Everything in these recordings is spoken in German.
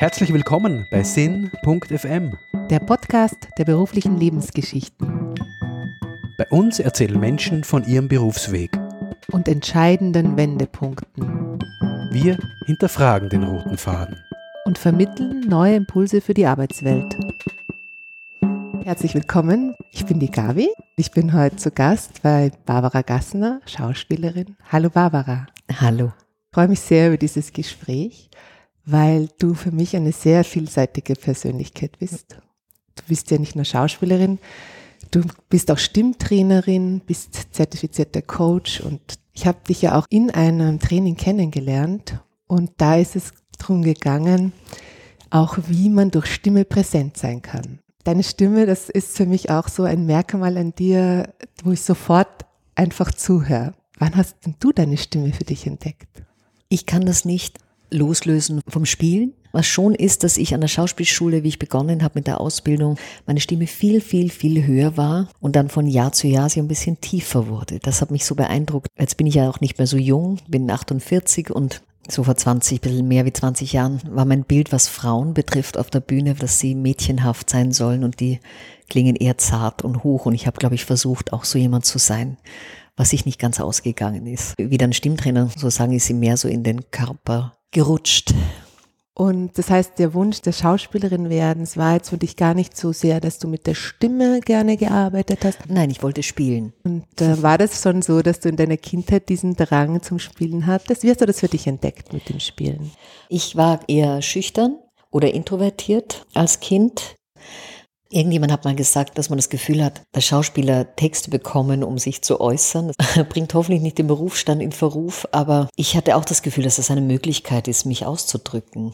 Herzlich willkommen bei Sinn.fm, der Podcast der beruflichen Lebensgeschichten Bei uns erzählen Menschen von ihrem Berufsweg. und entscheidenden Wendepunkten Wir hinterfragen den roten Faden. und vermitteln neue Impulse für die Arbeitswelt. Herzlich willkommen, ich bin die Gabi. Ich bin heute zu Gast bei Barbara Gassner, Schauspielerin. Hallo Barbara. Hallo. Ich freue mich sehr über dieses Gespräch, weil du für mich eine sehr vielseitige Persönlichkeit bist. Du bist ja nicht nur Schauspielerin, du bist auch Stimmtrainerin, bist zertifizierter Coach und ich habe dich ja auch in einem Training kennengelernt und da ist es darum gegangen, auch wie man durch Stimme präsent sein kann. Deine Stimme, das ist für mich auch so ein Merkmal an dir, wo ich sofort einfach zuhöre. Wann hast denn du deine Stimme für dich entdeckt? Ich kann das nicht loslösen vom Spielen. Was schon ist, dass ich an der Schauspielschule, wie ich begonnen habe mit der Ausbildung, meine Stimme viel höher war und dann von Jahr zu Jahr sie ein bisschen tiefer wurde. Das hat mich so beeindruckt. Jetzt bin ich ja auch nicht mehr so jung, bin 48 und so vor 20, ein bisschen mehr wie 20 Jahren war mein Bild, was Frauen betrifft auf der Bühne, dass sie mädchenhaft sein sollen und die klingen eher zart und hoch. Und ich habe, glaube ich, versucht, auch so jemand zu sein, was sich nicht ganz ausgegangen ist. Wie dann Stimmtrainer so sagen, ist sie mehr so in den Körper gerutscht. Und das heißt, der Wunsch der Schauspielerin werdens war jetzt für dich gar nicht so sehr, dass du mit der Stimme gerne gearbeitet hast. Nein, ich wollte spielen. Und war das schon so, dass du in deiner Kindheit diesen Drang zum Spielen hattest? Wie hast du das für dich entdeckt mit dem Spielen? Ich war eher schüchtern oder introvertiert als Kind. Irgendjemand hat mal gesagt, dass man das Gefühl hat, dass Schauspieler Texte bekommen, um sich zu äußern. Das bringt hoffentlich nicht den Berufsstand in Verruf, aber ich hatte auch das Gefühl, dass das eine Möglichkeit ist, mich auszudrücken.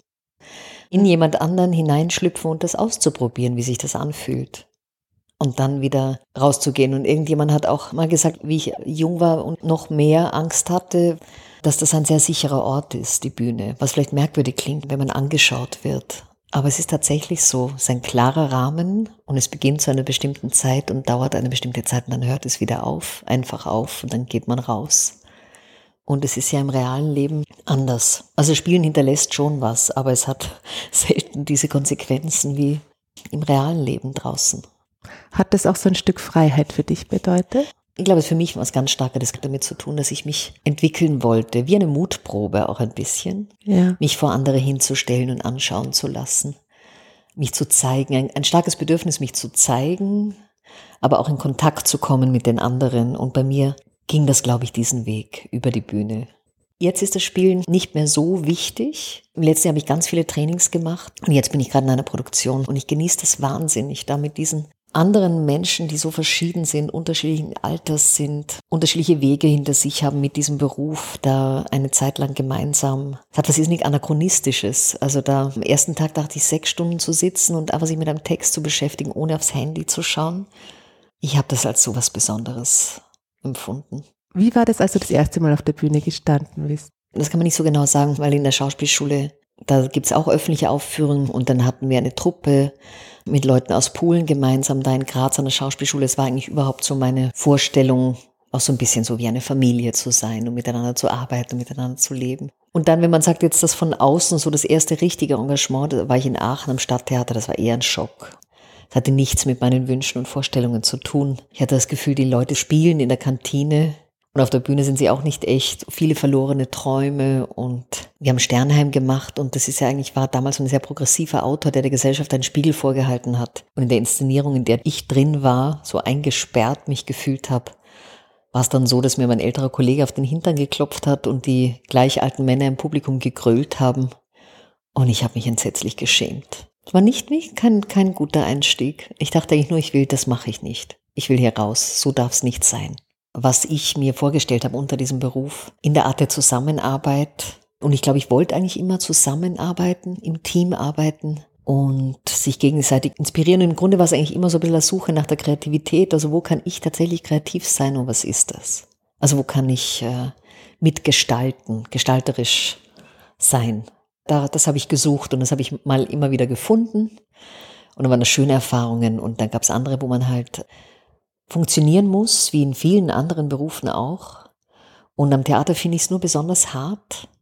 In jemand anderen hineinschlüpfen und das auszuprobieren, wie sich das anfühlt. Und dann wieder rauszugehen. Und irgendjemand hat auch mal gesagt, wie ich jung war und noch mehr Angst hatte, dass das ein sehr sicherer Ort ist, die Bühne. Was vielleicht merkwürdig klingt, wenn man angeschaut wird. Aber es ist tatsächlich so, es ist ein klarer Rahmen und es beginnt zu einer bestimmten Zeit und dauert eine bestimmte Zeit und dann hört es wieder auf, einfach auf und dann geht man raus. Und es ist ja im realen Leben anders. Also Spielen hinterlässt schon was, aber es hat selten diese Konsequenzen wie im realen Leben draußen. Hat das auch so ein Stück Freiheit für dich bedeutet? Ich glaube, für mich war es ganz stark damit zu tun, dass ich mich entwickeln wollte, wie eine Mutprobe auch ein bisschen, mich vor andere hinzustellen und anschauen zu lassen, mich zu zeigen, ein starkes Bedürfnis, mich zu zeigen, aber auch in Kontakt zu kommen mit den anderen. Und bei mir ging das, glaube ich, diesen Weg über die Bühne. Jetzt ist das Spielen nicht mehr so wichtig. Im letzten Jahr habe ich ganz viele Trainings gemacht und jetzt bin ich gerade in einer Produktion und ich genieße das wahnsinnig, da mit diesen anderen Menschen, die so verschieden sind, unterschiedlichen Alters sind, unterschiedliche Wege hinter sich haben mit diesem Beruf, da eine Zeit lang gemeinsam. Es hat was ist nicht Anachronistisches. Also da am ersten Tag dachte ich 6 Stunden zu sitzen und einfach sich mit einem Text zu beschäftigen, ohne aufs Handy zu schauen. Ich habe das als so was Besonderes empfunden. Wie war das, als du das erste Mal auf der Bühne gestanden bist? Das kann man nicht so genau sagen, weil in der Schauspielschule, da gibt's auch öffentliche Aufführungen und dann hatten wir eine Truppe mit Leuten aus Polen gemeinsam da in Graz an der Schauspielschule. Es war eigentlich überhaupt so meine Vorstellung, auch so ein bisschen so wie eine Familie zu sein und miteinander zu arbeiten und miteinander zu leben. Und dann, wenn man sagt, jetzt das von außen, so das erste richtige Engagement, da war ich in Aachen am Stadttheater, das war eher ein Schock. Es hatte nichts mit meinen Wünschen und Vorstellungen zu tun. Ich hatte das Gefühl, die Leute spielen in der Kantine. Und auf der Bühne sind sie auch nicht echt. Viele verlorene Träume und wir haben Sternheim gemacht und das ist ja eigentlich, war damals ein sehr progressiver Autor, der Gesellschaft einen Spiegel vorgehalten hat. Und in der Inszenierung, in der ich drin war, so eingesperrt mich gefühlt habe, war es dann so, dass mir mein älterer Kollege auf den Hintern geklopft hat und die gleich alten Männer im Publikum gegrölt haben. Und ich habe mich entsetzlich geschämt. Es war kein guter Einstieg. Ich dachte eigentlich nur, das mache ich nicht. Ich will hier raus, so darf es nicht sein. Was ich mir vorgestellt habe unter diesem Beruf, in der Art der Zusammenarbeit. Und ich glaube, ich wollte eigentlich immer zusammenarbeiten, im Team arbeiten und sich gegenseitig inspirieren. Und im Grunde war es eigentlich immer so ein bisschen eine Suche nach der Kreativität. Also wo kann ich tatsächlich kreativ sein und was ist das? Also wo kann ich mitgestalten, gestalterisch sein? Das habe ich gesucht und das habe ich mal immer wieder gefunden. Und da waren das schöne Erfahrungen und dann gab es andere, wo man halt funktionieren muss, wie in vielen anderen Berufen auch. Und am Theater finde ich es nur besonders hart,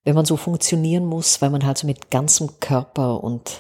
wenn man so funktionieren muss, weil man halt so mit ganzem Körper und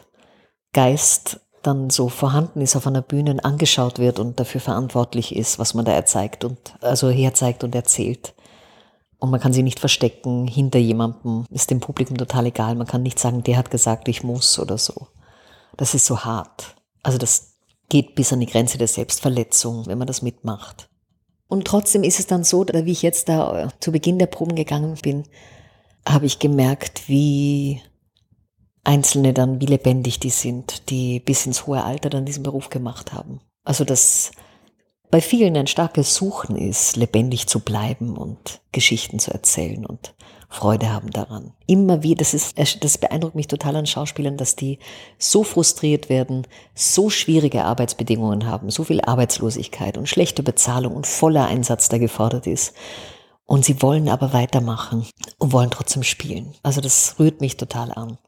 Geist dann so vorhanden ist auf einer Bühne, angeschaut wird und dafür verantwortlich ist, was man da herzeigt und erzählt. Und man kann sich nicht verstecken hinter jemandem, ist dem Publikum total egal. Man kann nicht sagen, der hat gesagt, ich muss oder so. Das ist so hart. Also das geht bis an die Grenze der Selbstverletzung, wenn man das mitmacht. Und trotzdem ist es dann so, wie ich jetzt da zu Beginn der Proben gegangen bin, habe ich gemerkt, wie Einzelne dann, wie lebendig die sind, die bis ins hohe Alter dann diesen Beruf gemacht haben. Also dass bei vielen ein starkes Suchen ist, lebendig zu bleiben und Geschichten zu erzählen und Freude haben daran. Immer wieder, das beeindruckt mich total an Schauspielern, dass die so frustriert werden, so schwierige Arbeitsbedingungen haben, so viel Arbeitslosigkeit und schlechte Bezahlung und voller Einsatz, der gefordert ist. Und sie wollen aber weitermachen und wollen trotzdem spielen. Also das rührt mich total an.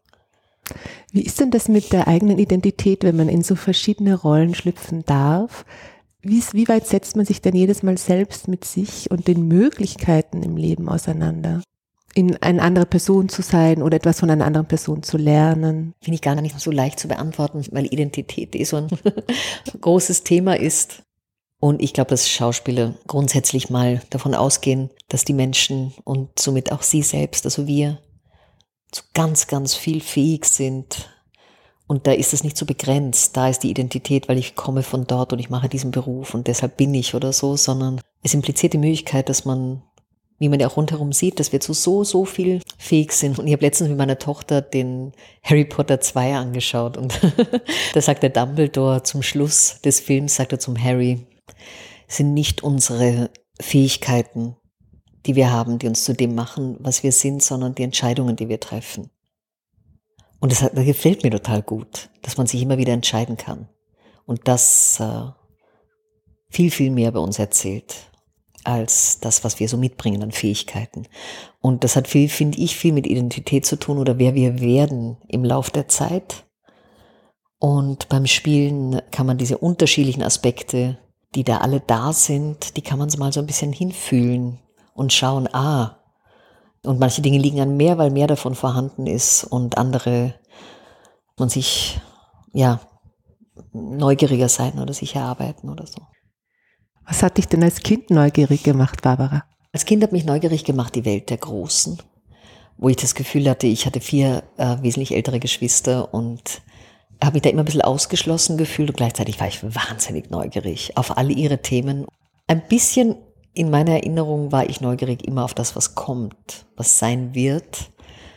Wie ist denn das mit der eigenen Identität, wenn man in so verschiedene Rollen schlüpfen darf? Wie weit setzt man sich denn jedes Mal selbst mit sich und den Möglichkeiten im Leben auseinander? In eine andere Person zu sein oder etwas von einer anderen Person zu lernen? Finde ich gar nicht so leicht zu beantworten, weil Identität so ein großes Thema ist. Und ich glaube, dass Schauspieler grundsätzlich mal davon ausgehen, dass die Menschen und somit auch sie selbst, also wir, zu ganz, ganz viel fähig sind. Und da ist es nicht so begrenzt, da ist die Identität, weil ich komme von dort und ich mache diesen Beruf und deshalb bin ich oder so, sondern es impliziert die Möglichkeit, dass man, wie man ja auch rundherum sieht, dass wir zu so viel fähig sind. Und ich habe letztens mit meiner Tochter den Harry Potter 2 angeschaut und da sagt der Dumbledore zum Schluss des Films, sagt er zum Harry, sind nicht unsere Fähigkeiten, die wir haben, die uns zu dem machen, was wir sind, sondern die Entscheidungen, die wir treffen. Und das gefällt mir total gut, dass man sich immer wieder entscheiden kann. Und das viel, viel mehr bei uns erzählt, als das, was wir so mitbringen an Fähigkeiten. Und das hat finde ich, viel mit Identität zu tun oder wer wir werden im Lauf der Zeit. Und beim Spielen kann man diese unterschiedlichen Aspekte, die da alle da sind, die kann man so mal so ein bisschen hinfühlen und schauen, und manche Dinge liegen an mehr, weil mehr davon vorhanden ist und andere man sich, neugieriger sein oder sich erarbeiten oder so. Was hat dich denn als Kind neugierig gemacht, Barbara? Als Kind hat mich neugierig gemacht die Welt der Großen, wo ich das Gefühl hatte, ich hatte 4 wesentlich ältere Geschwister und habe mich da immer ein bisschen ausgeschlossen gefühlt und gleichzeitig war ich wahnsinnig neugierig auf alle ihre Themen. Ein bisschen in meiner Erinnerung war ich neugierig immer auf das, was kommt, was sein wird.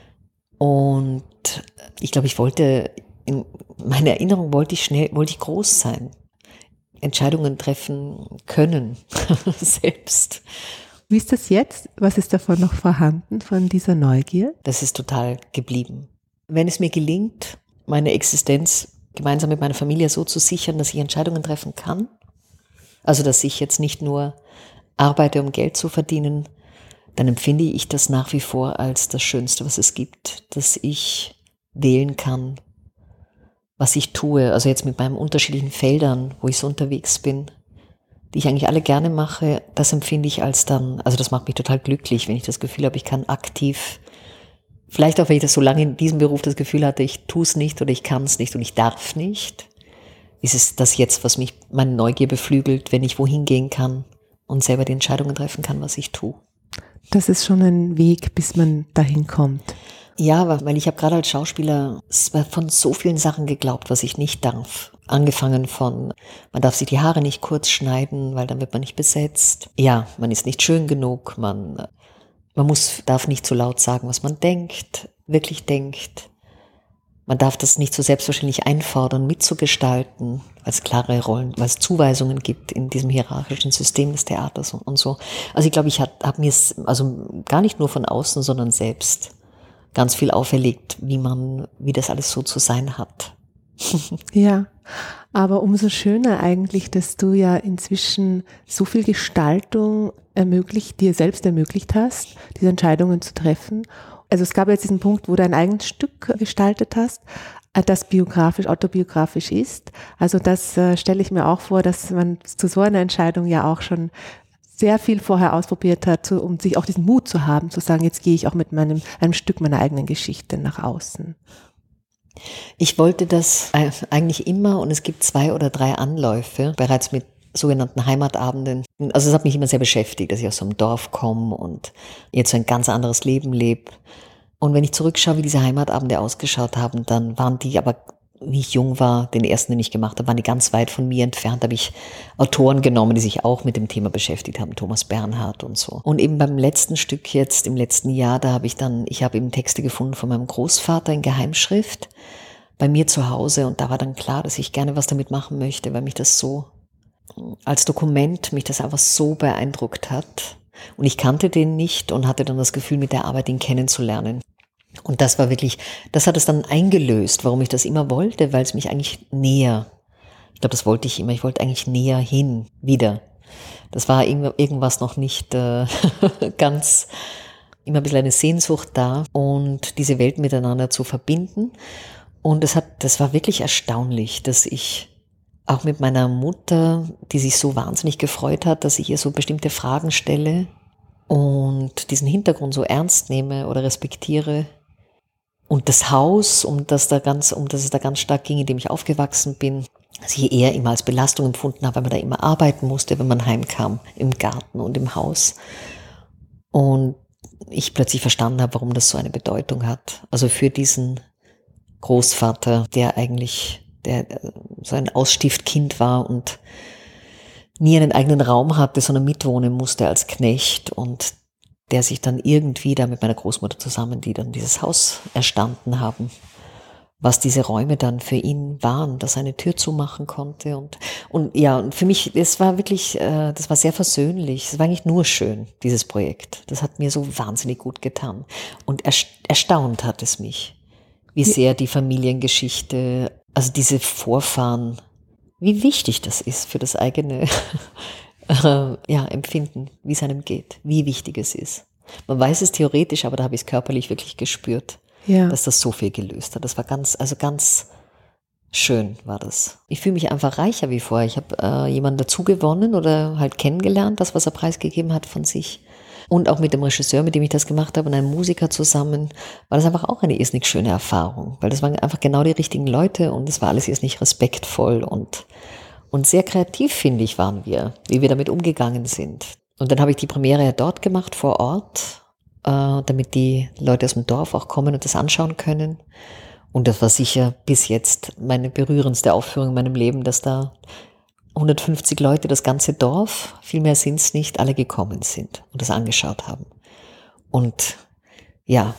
Und ich glaube, in meiner Erinnerung wollte ich groß sein, Entscheidungen treffen können, selbst. Wie ist das jetzt? Was ist davon noch vorhanden, von dieser Neugier? Das ist total geblieben. Wenn es mir gelingt, meine Existenz gemeinsam mit meiner Familie so zu sichern, dass ich Entscheidungen treffen kann, also dass ich jetzt nicht nur arbeite, um Geld zu verdienen, dann empfinde ich das nach wie vor als das Schönste, was es gibt, dass ich wählen kann, was ich tue. Also jetzt mit meinen unterschiedlichen Feldern, wo ich so unterwegs bin, die ich eigentlich alle gerne mache, das empfinde ich also das macht mich total glücklich, wenn ich das Gefühl habe, ich kann aktiv, vielleicht auch, wenn ich das so lange in diesem Beruf das Gefühl hatte, ich tue es nicht oder ich kann es nicht und ich darf nicht, ist es das jetzt, was mich meine Neugier beflügelt, wenn ich wohin gehen kann und selber die Entscheidungen treffen kann, was ich tue. Das ist schon ein Weg, bis man dahin kommt. Ja, weil ich habe gerade als Schauspieler von so vielen Sachen geglaubt, was ich nicht darf. Angefangen von, man darf sich die Haare nicht kurz schneiden, weil dann wird man nicht besetzt. Ja, man ist nicht schön genug, man darf nicht so laut sagen, was man wirklich denkt. Man darf das nicht so selbstverständlich einfordern, mitzugestalten, weil es klare Rollen, weil es Zuweisungen gibt in diesem hierarchischen System des Theaters und so. Also ich glaube, ich habe mir es also gar nicht nur von außen, sondern selbst ganz viel auferlegt, wie das alles so zu sein hat. Ja, aber umso schöner eigentlich, dass du ja inzwischen so viel Gestaltung dir selbst ermöglicht hast, diese Entscheidungen zu treffen. Also es gab jetzt diesen Punkt, wo du ein eigenes Stück gestaltet hast, das autobiografisch ist. Also das stelle ich mir auch vor, dass man zu so einer Entscheidung ja auch schon sehr viel vorher ausprobiert hat, um sich auch diesen Mut zu haben, zu sagen, jetzt gehe ich auch mit einem Stück meiner eigenen Geschichte nach außen? Ich wollte das eigentlich immer, und es gibt 2 oder 3 Anläufe, bereits mit sogenannten Heimatabenden. Also es hat mich immer sehr beschäftigt, dass ich aus so einem Dorf komme und jetzt so ein ganz anderes Leben lebe. Und wenn ich zurückschaue, wie diese Heimatabende ausgeschaut haben, dann waren die aber, wie ich jung war, den ersten, den ich gemacht habe, waren die ganz weit von mir entfernt. Da habe ich Autoren genommen, die sich auch mit dem Thema beschäftigt haben, Thomas Bernhard und so. Und eben beim letzten Stück jetzt, im letzten Jahr, ich habe eben Texte gefunden von meinem Großvater in Geheimschrift bei mir zu Hause, und da war dann klar, dass ich gerne was damit machen möchte, weil mich das so als Dokument, mich das einfach so beeindruckt hat. Und ich kannte den nicht und hatte dann das Gefühl, mit der Arbeit ihn kennenzulernen. Und das war wirklich, das hat es dann eingelöst, warum ich das immer wollte, weil es mich eigentlich näher, ich glaube, das wollte ich immer, ich wollte eigentlich näher hin, wieder. Das war irgendwas noch nicht ganz, immer ein bisschen eine Sehnsucht da, und diese Welt miteinander zu verbinden. Und das war wirklich erstaunlich, dass ich auch mit meiner Mutter, die sich so wahnsinnig gefreut hat, dass ich ihr so bestimmte Fragen stelle und diesen Hintergrund so ernst nehme oder respektiere. Und das Haus, um das es da ganz stark ging, in dem ich aufgewachsen bin, dass ich eher immer als Belastung empfunden habe, weil man da immer arbeiten musste, wenn man heimkam, im Garten und im Haus. Und ich plötzlich verstanden habe, warum das so eine Bedeutung hat. Also für diesen Großvater, der so ein Ausstiftkind war und nie einen eigenen Raum hatte, sondern mitwohnen musste als Knecht, und der sich dann irgendwie da mit meiner Großmutter zusammen, die dann dieses Haus erstanden haben, was diese Räume dann für ihn waren, dass er eine Tür zumachen konnte. Und für mich, das war wirklich, das war sehr versöhnlich. Es war eigentlich nur schön, dieses Projekt. Das hat mir so wahnsinnig gut getan. Und erstaunt hat es mich, wie sehr die Familiengeschichte, also diese Vorfahren, wie wichtig das ist für das eigene Empfinden, wie es einem geht, wie wichtig es ist. Man weiß es theoretisch, aber da habe ich es körperlich wirklich gespürt, dass das so viel gelöst hat. Das war ganz schön war das. Ich fühle mich einfach reicher wie vorher. Ich habe jemanden dazu gewonnen oder halt kennengelernt, das, was er preisgegeben hat von sich. Und auch mit dem Regisseur, mit dem ich das gemacht habe, und einem Musiker zusammen, war das einfach auch eine irrsinnig schöne Erfahrung. Weil das waren einfach genau die richtigen Leute, und es war alles irrsinnig respektvoll und sehr kreativ, finde ich, waren wir, wie wir damit umgegangen sind. Und dann habe ich die Premiere ja dort gemacht, vor Ort, damit die Leute aus dem Dorf auch kommen und das anschauen können. Und das war sicher bis jetzt meine berührendste Aufführung in meinem Leben, dass da 150 Leute, das ganze Dorf, viel mehr sind es nicht, alle gekommen sind und das angeschaut haben. Und ja,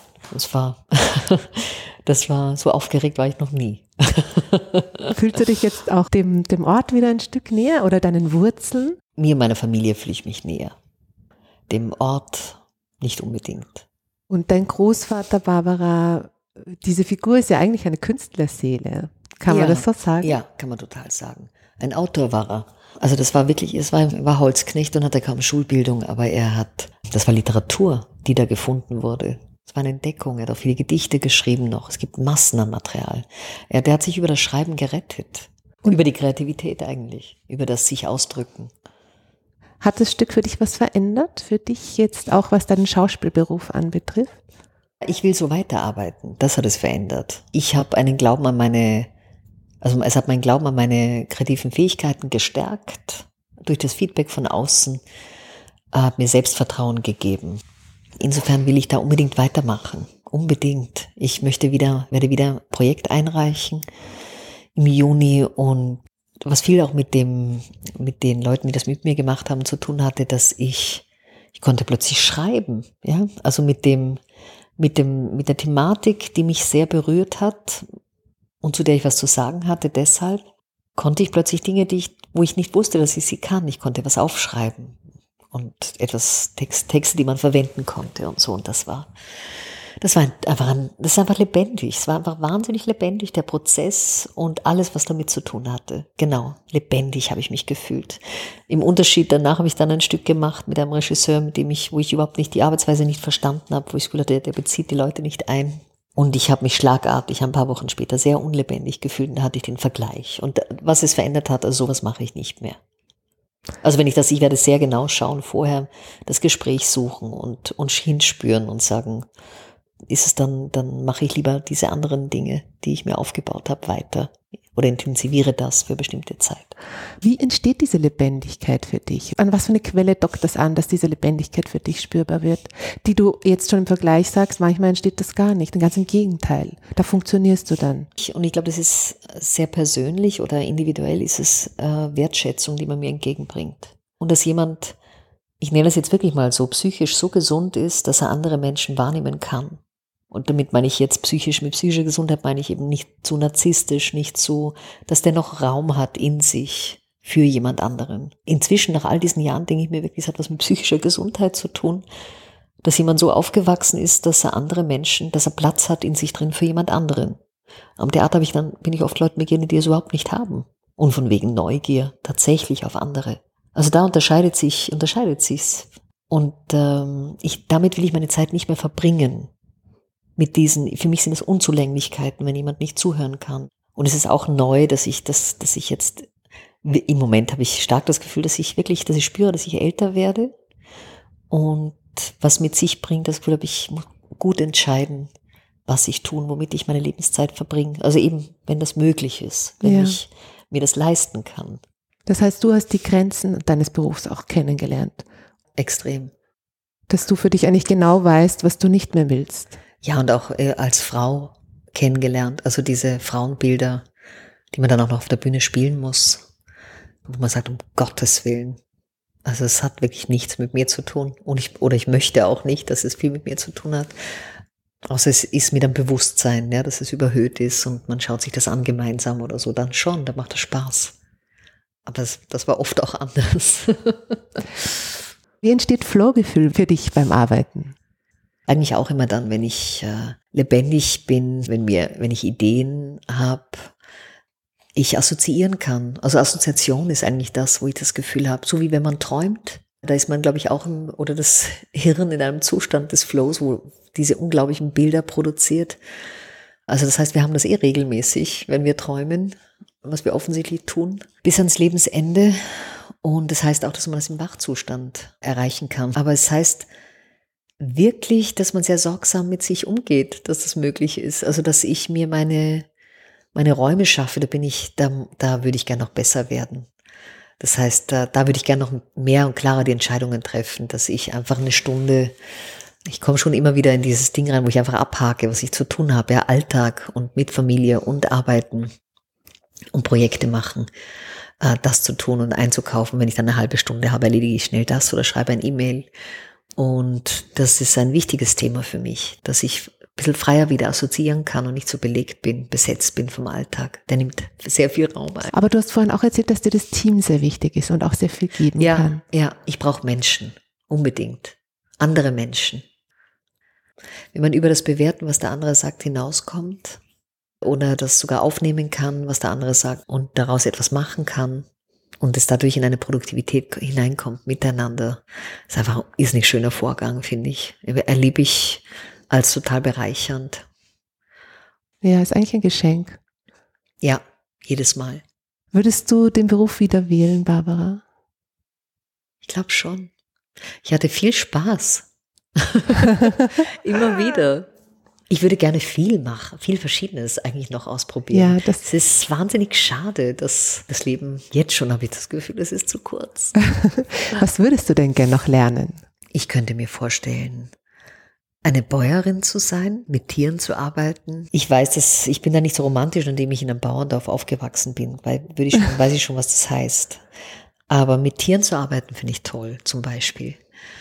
das war so aufgeregt war ich noch nie. Fühlst du dich jetzt auch dem Ort wieder ein Stück näher oder deinen Wurzeln? Mir und meiner Familie fühle ich mich näher. Dem Ort nicht unbedingt. Und dein Großvater, Barbara, diese Figur ist ja eigentlich eine Künstlerseele. Kann man das so sagen? Ja, kann man total sagen. Ein Autor war er. Also das war wirklich, er war Holzknecht und hatte kaum Schulbildung, aber das war Literatur, die da gefunden wurde. Es war eine Entdeckung, er hat auch viele Gedichte geschrieben noch. Es gibt Massen an Material. Der hat sich über das Schreiben gerettet. Und über die Kreativität eigentlich, über das sich ausdrücken. Hat das Stück für dich was verändert? Für dich jetzt auch, was deinen Schauspielberuf anbetrifft? Ich will so weiterarbeiten. Das hat es verändert. Ich habe einen Glauben es hat meinen Glauben an meine kreativen Fähigkeiten gestärkt. Durch das Feedback von außen hat mir Selbstvertrauen gegeben. Insofern will ich da unbedingt weitermachen. Unbedingt. Ich werde wieder ein Projekt einreichen im Juni, und was viel auch mit den Leuten, die das mit mir gemacht haben, zu tun hatte, dass ich konnte plötzlich schreiben, ja, also mit der Thematik, die mich sehr berührt hat und zu der ich was zu sagen hatte. Deshalb konnte ich plötzlich Dinge, wo ich nicht wusste, dass ich sie kann. Ich konnte was aufschreiben und etwas Texte, die man verwenden konnte und so. Und das ist einfach lebendig. Es war einfach wahnsinnig lebendig, der Prozess und alles, was damit zu tun hatte. Genau, lebendig habe ich mich gefühlt. Im Unterschied danach habe ich dann ein Stück gemacht mit einem Regisseur, wo ich überhaupt nicht die Arbeitsweise nicht verstanden habe, wo ich das Gefühl hatte, der bezieht die Leute nicht ein. Und ich habe mich schlagartig ein paar Wochen später sehr unlebendig gefühlt, und da hatte ich den Vergleich. Und was es verändert hat, also sowas mache ich nicht mehr. Also ich werde sehr genau schauen, vorher das Gespräch suchen und hinspüren und sagen, ist es dann mache ich lieber diese anderen Dinge, die ich mir aufgebaut habe, weiter oder intensiviere das für bestimmte Zeit. Wie entsteht diese Lebendigkeit für dich? An was für eine Quelle dockt das an, dass diese Lebendigkeit für dich spürbar wird, die du jetzt schon im Vergleich sagst, manchmal entsteht das gar nicht, ganz im Gegenteil, da funktionierst du dann. Und ich glaube, das ist sehr persönlich oder individuell, ist es Wertschätzung, die man mir entgegenbringt. Und dass jemand, ich nenne das jetzt wirklich mal so, psychisch so gesund ist, dass er andere Menschen wahrnehmen kann. Und damit meine ich jetzt psychisch, mit psychischer Gesundheit meine ich eben nicht zu narzisstisch, nicht so, dass der noch Raum hat in sich für jemand anderen. Inzwischen, nach all diesen Jahren, denke ich mir wirklich, es hat was mit psychischer Gesundheit zu tun, dass jemand so aufgewachsen ist, dass er andere Menschen, dass er Platz hat in sich drin für jemand anderen. Am Theater bin ich oft Leuten begegnet, die es überhaupt nicht haben. Und von wegen Neugier tatsächlich auf andere. Also da unterscheidet sich's. Und damit will ich meine Zeit nicht mehr verbringen. Für mich sind das Unzulänglichkeiten, wenn jemand nicht zuhören kann. Und es ist auch neu, dass ich jetzt, im Moment habe ich stark das Gefühl, dass ich spüre, dass ich älter werde. Und was mit sich bringt, das Gefühl habe, ich muss gut entscheiden, was ich tun, womit ich meine Lebenszeit verbringe. Also eben, wenn das möglich ist, wenn ich mir das leisten kann. Das heißt, du hast die Grenzen deines Berufs auch kennengelernt. Extrem. Dass du für dich eigentlich genau weißt, was du nicht mehr willst. Ja, und auch als Frau kennengelernt. Also diese Frauenbilder, die man dann auch noch auf der Bühne spielen muss. Wo man sagt, um Gottes Willen. Also es hat wirklich nichts mit mir zu tun. Ich möchte auch nicht, dass es viel mit mir zu tun hat. Außer es ist mit einem Bewusstsein, ja, dass es überhöht ist und man schaut sich das an gemeinsam oder so. Dann schon, da macht es Spaß. Aber das war oft auch anders. Wie entsteht Flow-Gefühl für dich beim Arbeiten? Eigentlich auch immer dann, wenn ich lebendig bin, wenn ich Ideen habe, ich assoziieren kann. Also Assoziation ist eigentlich das, wo ich das Gefühl habe, so wie wenn man träumt, da ist man, glaube ich, auch oder das Hirn in einem Zustand des Flows, wo diese unglaublichen Bilder produziert. Also das heißt, wir haben das regelmäßig, wenn wir träumen, was wir offensichtlich tun, bis ans Lebensende. Und das heißt auch, dass man das im Wachzustand erreichen kann. Aber es heißt wirklich, dass man sehr sorgsam mit sich umgeht, dass das möglich ist. Also dass ich mir meine Räume schaffe, da würde ich gerne noch besser werden. Das heißt, da würde ich gerne noch mehr und klarer die Entscheidungen treffen, dass ich einfach eine Stunde, ich komme schon immer wieder in dieses Ding rein, wo ich einfach abhake, was ich zu tun habe, ja, Alltag und mit Familie und arbeiten und Projekte machen, das zu tun und einzukaufen. Wenn ich dann eine halbe Stunde habe, erledige ich schnell das oder schreibe ein E-Mail. Und das ist ein wichtiges Thema für mich, dass ich ein bisschen freier wieder assoziieren kann und nicht so besetzt bin vom Alltag. Der nimmt sehr viel Raum ein. Aber du hast vorhin auch erzählt, dass dir das Team sehr wichtig ist und auch sehr viel geben kann. Ja, ich brauche Menschen, unbedingt. Andere Menschen. Wenn man über das Bewerten, was der andere sagt, hinauskommt oder das sogar aufnehmen kann, was der andere sagt und daraus etwas machen kann und es dadurch in eine Produktivität hineinkommt miteinander, ist einfach ein irrsinnig schöner Vorgang, finde ich. Erlebe ich als total bereichernd. Ja, ist eigentlich ein Geschenk. Ja, jedes Mal. Würdest du den Beruf wieder wählen, Barbara? Ich glaube schon. Ich hatte viel Spaß. Immer wieder. Ich würde gerne viel machen, viel Verschiedenes eigentlich noch ausprobieren. Ja, es ist wahnsinnig schade, dass das Leben, jetzt schon habe ich das Gefühl, es ist zu kurz. Was würdest du denn gerne noch lernen? Ich könnte mir vorstellen, eine Bäuerin zu sein, mit Tieren zu arbeiten. Ich weiß, ich bin da nicht so romantisch, indem ich in einem Bauerndorf aufgewachsen bin, weil weiß ich schon, was das heißt. Aber mit Tieren zu arbeiten finde ich toll, zum Beispiel.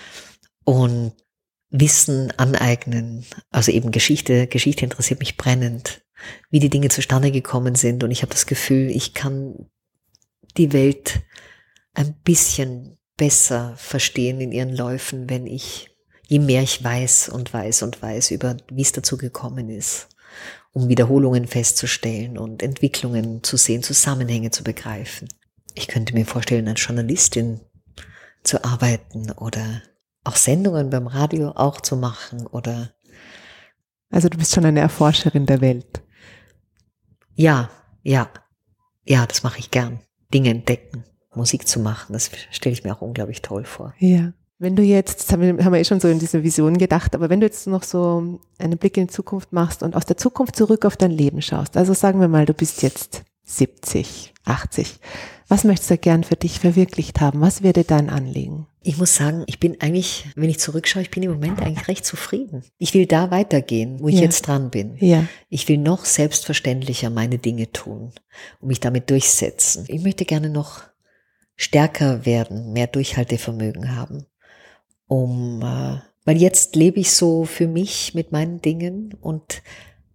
Und Wissen aneignen, also eben Geschichte interessiert mich brennend, wie die Dinge zustande gekommen sind und ich habe das Gefühl, ich kann die Welt ein bisschen besser verstehen in ihren Läufen, je mehr ich weiß über wie es dazu gekommen ist, um Wiederholungen festzustellen und Entwicklungen zu sehen, Zusammenhänge zu begreifen. Ich könnte mir vorstellen, als Journalistin zu arbeiten oder auch Sendungen beim Radio auch zu machen oder. Also du bist schon eine Erforscherin der Welt. Ja, das mache ich gern. Dinge entdecken. Musik zu machen. Das stelle ich mir auch unglaublich toll vor. Ja. Wenn du jetzt, haben wir schon so in diese Vision gedacht, aber wenn du jetzt noch so einen Blick in die Zukunft machst und aus der Zukunft zurück auf dein Leben schaust, also sagen wir mal, du bist jetzt 70, 80, was möchtest du gern für dich verwirklicht haben? Was wäre dein Anliegen? Ich muss sagen, ich bin eigentlich, wenn ich zurückschaue, ich bin im Moment eigentlich recht zufrieden. Ich will da weitergehen, wo ich jetzt dran bin. Ja. Ich will noch selbstverständlicher meine Dinge tun und mich damit durchsetzen. Ich möchte gerne noch stärker werden, mehr Durchhaltevermögen haben. Weil jetzt lebe ich so für mich mit meinen Dingen und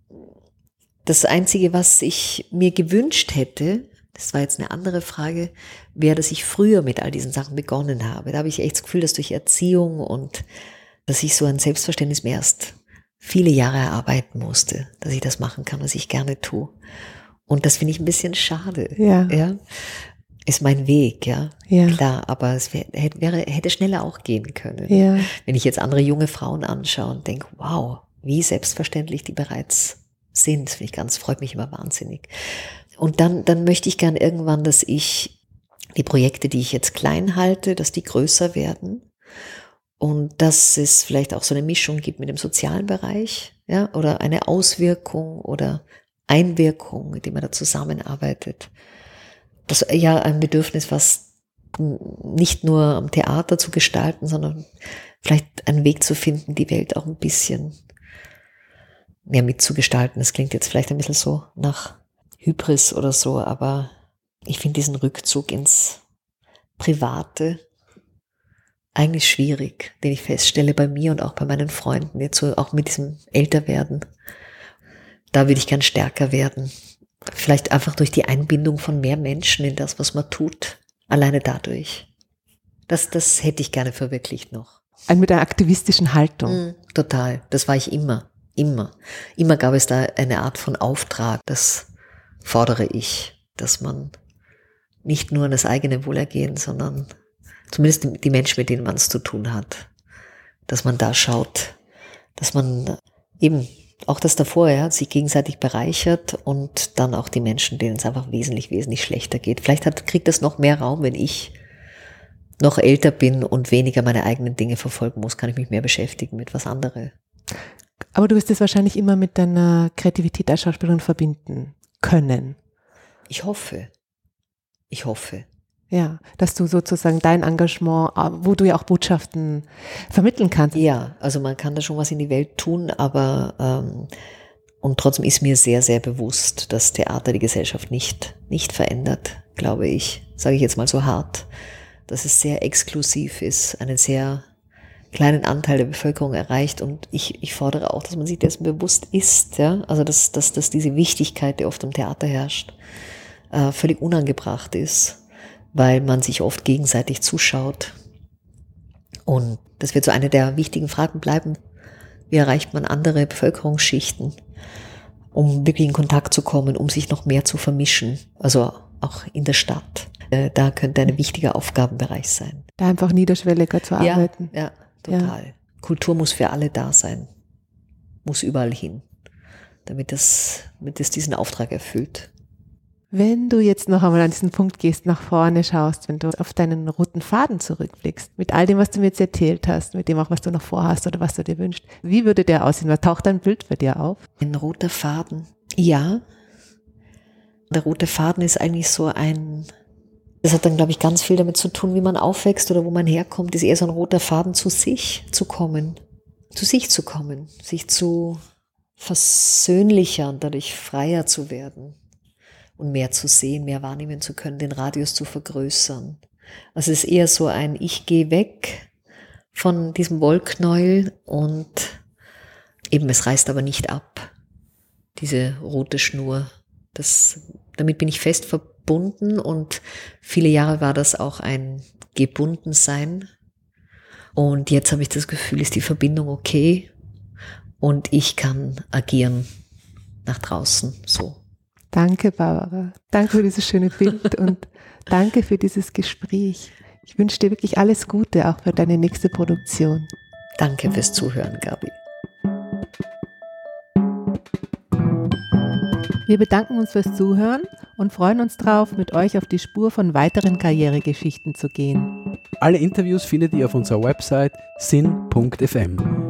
das Einzige, was ich mir gewünscht hätte, das war jetzt eine andere Frage, wäre, dass ich früher mit all diesen Sachen begonnen habe. Da habe ich echt das Gefühl, dass durch Erziehung und dass ich so ein Selbstverständnis mir erst viele Jahre erarbeiten musste, dass ich das machen kann, was ich gerne tue. Und das finde ich ein bisschen schade. Ja. Ist mein Weg, ja. Klar, aber es hätte schneller auch gehen können. Ja. Wenn ich jetzt andere junge Frauen anschaue und denke, wow, wie selbstverständlich die bereits sind, freut mich immer wahnsinnig. Und dann möchte ich gern irgendwann, dass ich die Projekte, die ich jetzt klein halte, dass die größer werden und dass es vielleicht auch so eine Mischung gibt mit dem sozialen Bereich, ja, oder eine Auswirkung oder Einwirkung, mit dem man da zusammenarbeitet. Das ist ja ein Bedürfnis, was nicht nur am Theater zu gestalten, sondern vielleicht einen Weg zu finden, die Welt auch ein bisschen mehr mitzugestalten. Das klingt jetzt vielleicht ein bisschen so nach Hybris oder so, aber ich finde diesen Rückzug ins Private eigentlich schwierig, den ich feststelle bei mir und auch bei meinen Freunden, jetzt so auch mit diesem Älterwerden. Da würde ich gern stärker werden. Vielleicht einfach durch die Einbindung von mehr Menschen in das, was man tut. Alleine dadurch. Das hätte ich gerne verwirklicht noch. Mit einer aktivistischen Haltung. Total. Das war ich immer. Immer gab es da eine Art von Auftrag. Das fordere ich, dass man nicht nur an das eigene Wohlergehen, sondern zumindest die Menschen, mit denen man es zu tun hat, dass man da schaut, dass man eben auch das davor, ja, sich gegenseitig bereichert und dann auch die Menschen, denen es einfach wesentlich schlechter geht. Vielleicht kriegt das noch mehr Raum, wenn ich noch älter bin und weniger meine eigenen Dinge verfolgen muss, kann ich mich mehr beschäftigen mit was anderes. Aber du wirst es wahrscheinlich immer mit deiner Kreativität als Schauspielerin verbinden können. Ich hoffe. Ja, dass du sozusagen dein Engagement, wo du ja auch Botschaften vermitteln kannst. Ja, also man kann da schon was in die Welt tun, aber und trotzdem ist mir sehr, sehr bewusst, dass Theater die Gesellschaft nicht verändert, glaube ich, sage ich jetzt mal so hart, dass es sehr exklusiv ist, einen sehr kleinen Anteil der Bevölkerung erreicht und ich fordere auch, dass man sich dessen bewusst ist, ja, also dass diese Wichtigkeit, die oft im Theater herrscht, völlig unangebracht ist, weil man sich oft gegenseitig zuschaut. Und das wird so eine der wichtigen Fragen bleiben. Wie erreicht man andere Bevölkerungsschichten, um wirklich in Kontakt zu kommen, um sich noch mehr zu vermischen, also auch in der Stadt. Da könnte ein wichtiger Aufgabenbereich sein. Da einfach niederschwelliger zu arbeiten. Ja, total. Ja. Kultur muss für alle da sein, muss überall hin, damit es diesen Auftrag erfüllt. Wenn du jetzt noch einmal an diesen Punkt gehst, nach vorne schaust, wenn du auf deinen roten Faden zurückblickst, mit all dem, was du mir jetzt erzählt hast, mit dem auch, was du noch vorhast oder was du dir wünschst, wie würde der aussehen? Was taucht ein Bild bei dir auf? Ein roter Faden, ja. Der rote Faden ist eigentlich so das hat dann, glaube ich, ganz viel damit zu tun, wie man aufwächst oder wo man herkommt, ist eher so ein roter Faden, zu sich zu kommen, sich zu versöhnlichern, dadurch freier zu werden. Und mehr zu sehen, mehr wahrnehmen zu können, den Radius zu vergrößern. Also es ist eher so ich gehe weg von diesem Wollknäuel und eben es reißt aber nicht ab, diese rote Schnur. Damit bin ich fest verbunden und viele Jahre war das auch ein Gebundensein. Und jetzt habe ich das Gefühl, ist die Verbindung okay und ich kann agieren nach draußen so. Danke, Barbara. Danke für dieses schöne Bild und danke für dieses Gespräch. Ich wünsche dir wirklich alles Gute, auch für deine nächste Produktion. Danke fürs Zuhören, Gabi. Wir bedanken uns fürs Zuhören und freuen uns drauf, mit euch auf die Spur von weiteren Karrieregeschichten zu gehen. Alle Interviews findet ihr auf unserer Website sin.fm.